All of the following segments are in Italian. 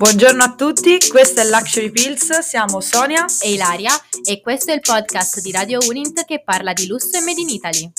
Buongiorno a tutti, questo è Luxury Pills, siamo Sonia e Ilaria e questo è il podcast di Radio Unint che parla di lusso e Made in Italy.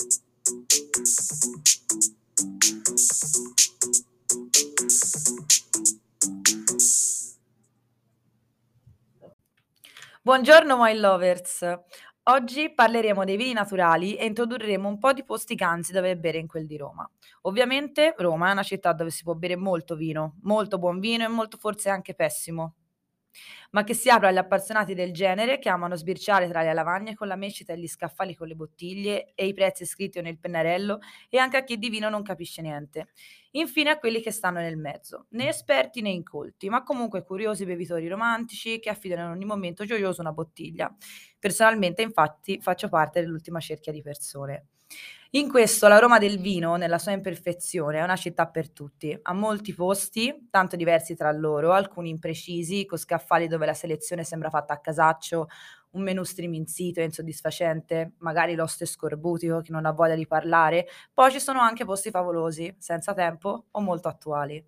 Buongiorno my lovers, oggi parleremo dei vini naturali e introdurremo un po' di posti ganzi dove bere in quel di Roma. Ovviamente Roma è una città dove si può bere molto vino, molto buon vino e molto forse anche pessimo, ma che si apre agli appassionati del genere che amano sbirciare tra le lavagne con la mescita e gli scaffali con le bottiglie e i prezzi scritti nel pennarello e anche a chi di vino non capisce niente. Infine a quelli che stanno nel mezzo, né esperti né incolti, ma comunque curiosi bevitori romantici che affidano in ogni momento gioioso una bottiglia. Personalmente, infatti, faccio parte dell'ultima cerchia di persone. In questo la Roma del vino, nella sua imperfezione, è una città per tutti. Ha molti posti, tanto diversi tra loro, alcuni imprecisi, con scaffali dove la selezione sembra fatta a casaccio, un menù striminzito e insoddisfacente, magari l'oste scorbutico che non ha voglia di parlare. Poi ci sono anche posti favolosi, senza tempo o molto attuali.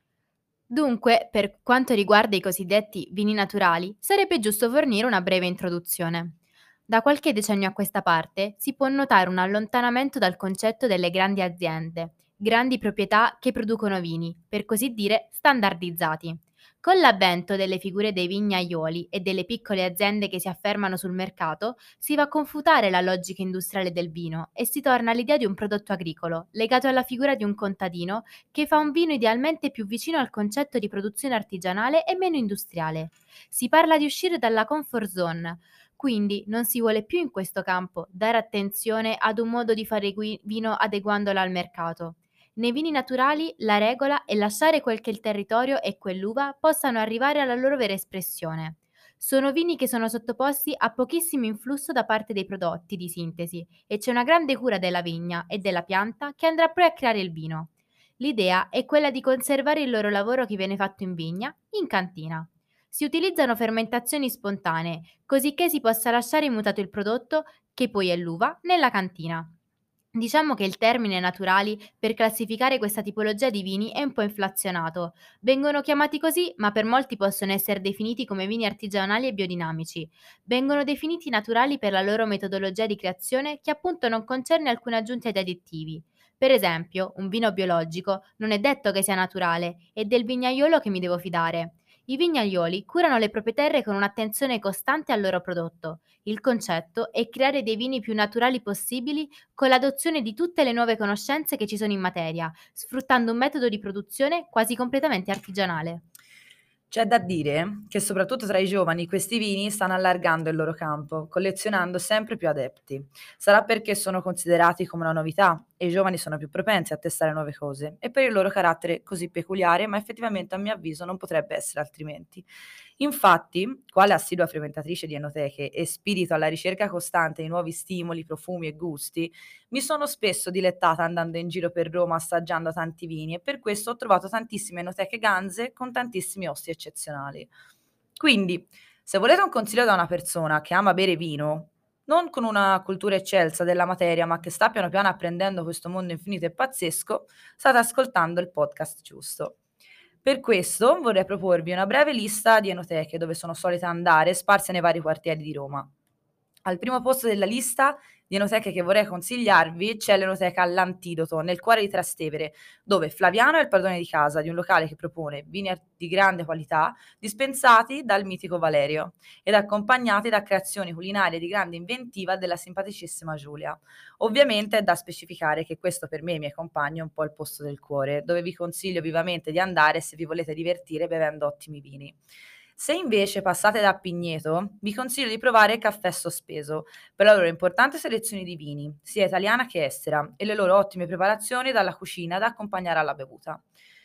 Dunque, per quanto riguarda i cosiddetti vini naturali, sarebbe giusto fornire una breve introduzione. Da qualche decennio a questa parte si può notare un allontanamento dal concetto delle grandi aziende, grandi proprietà che producono vini, per così dire standardizzati. Con l'avvento delle figure dei vignaioli e delle piccole aziende che si affermano sul mercato, si va a confutare la logica industriale del vino e si torna all'idea di un prodotto agricolo, legato alla figura di un contadino che fa un vino idealmente più vicino al concetto di produzione artigianale e meno industriale. Si parla di uscire dalla comfort zone, quindi non si vuole più in questo campo dare attenzione ad un modo di fare vino adeguandolo al mercato. Nei vini naturali la regola è lasciare quel che il territorio e quell'uva possano arrivare alla loro vera espressione. Sono vini che sono sottoposti a pochissimo influsso da parte dei prodotti di sintesi e c'è una grande cura della vigna e della pianta che andrà poi a creare il vino. L'idea è quella di conservare il loro lavoro che viene fatto in vigna, in cantina. Si utilizzano fermentazioni spontanee, così che si possa lasciare immutato il prodotto, che poi è l'uva, nella cantina. Diciamo che il termine naturali per classificare questa tipologia di vini è un po' inflazionato. Vengono chiamati così, ma per molti possono essere definiti come vini artigianali e biodinamici. Vengono definiti naturali per la loro metodologia di creazione che appunto non concerne alcune aggiunte di additivi. Per esempio, un vino biologico non è detto che sia naturale, è del vignaiolo che mi devo fidare. I vignaioli curano le proprie terre con un'attenzione costante al loro prodotto. Il concetto è creare dei vini più naturali possibili con l'adozione di tutte le nuove conoscenze che ci sono in materia, sfruttando un metodo di produzione quasi completamente artigianale. C'è da dire che soprattutto tra i giovani questi vini stanno allargando il loro campo, collezionando sempre più adepti. Sarà perché sono considerati come una novità e i giovani sono più propensi a testare nuove cose e per il loro carattere così peculiare, ma effettivamente a mio avviso non potrebbe essere altrimenti. Infatti, quale assidua frequentatrice di enoteche e spirito alla ricerca costante di nuovi stimoli, profumi e gusti, mi sono spesso dilettata andando in giro per Roma assaggiando tanti vini e per questo ho trovato tantissime enoteche ganze con tantissimi osti eccezionali. Quindi, se volete un consiglio da una persona che ama bere vino, non con una cultura eccelsa della materia, ma che sta piano piano apprendendo questo mondo infinito e pazzesco, state ascoltando il podcast giusto. Per questo vorrei proporvi una breve lista di enoteche dove sono solita andare, sparse nei vari quartieri di Roma. Al primo posto della lista di enoteche che vorrei consigliarvi c'è l'Enoteca L'Antidoto, nel cuore di Trastevere, dove Flaviano è il padrone di casa di un locale che propone vini di grande qualità, dispensati dal mitico Valerio ed accompagnati da creazioni culinarie di grande inventiva della simpaticissima Giulia. Ovviamente è da specificare che questo per me e i miei compagni è un po' il posto del cuore, dove vi consiglio vivamente di andare se vi volete divertire bevendo ottimi vini. Se invece passate da Pigneto, vi consiglio di provare Caffè Sospeso per la loro importante selezione di vini, sia italiana che estera, e le loro ottime preparazioni dalla cucina da accompagnare alla bevuta.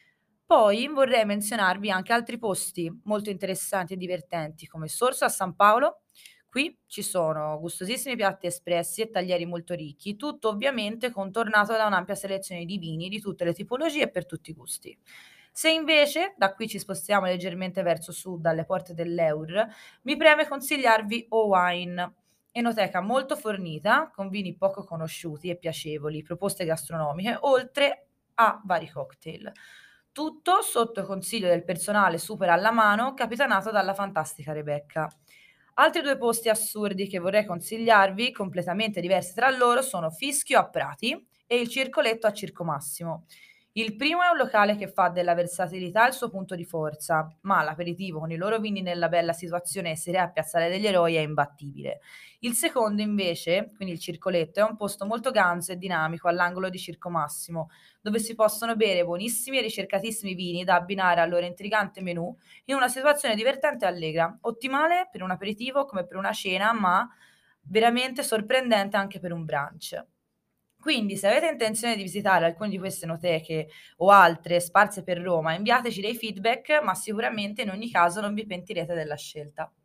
Poi vorrei menzionarvi anche altri posti molto interessanti e divertenti come Sorso a San Paolo. Qui ci sono gustosissimi piatti espressi e taglieri molto ricchi, tutto ovviamente contornato da un'ampia selezione di vini di tutte le tipologie e per tutti i gusti. Se invece da qui ci spostiamo leggermente verso sud, alle porte dell'Eur, mi preme consigliarvi O-Wine, enoteca molto fornita, con vini poco conosciuti e piacevoli, proposte gastronomiche, oltre a vari cocktail. Tutto sotto consiglio del personale super alla mano, capitanato dalla fantastica Rebecca. Altri due posti assurdi che vorrei consigliarvi, completamente diversi tra loro, sono Fischio a Prati e il Circoletto a Circo Massimo. Il primo è un locale che fa della versatilità il suo punto di forza, ma l'aperitivo con i loro vini nella bella situazione Serie A Piazzale degli Eroi è imbattibile. Il secondo invece, quindi il Circoletto, è un posto molto ganzo e dinamico all'angolo di Circo Massimo, dove si possono bere buonissimi e ricercatissimi vini da abbinare al loro intrigante menù in una situazione divertente e allegra, ottimale per un aperitivo come per una cena, ma veramente sorprendente anche per un brunch. Quindi, se avete intenzione di visitare alcune di queste enoteche o altre sparse per Roma, inviateci dei feedback, ma sicuramente in ogni caso non vi pentirete della scelta.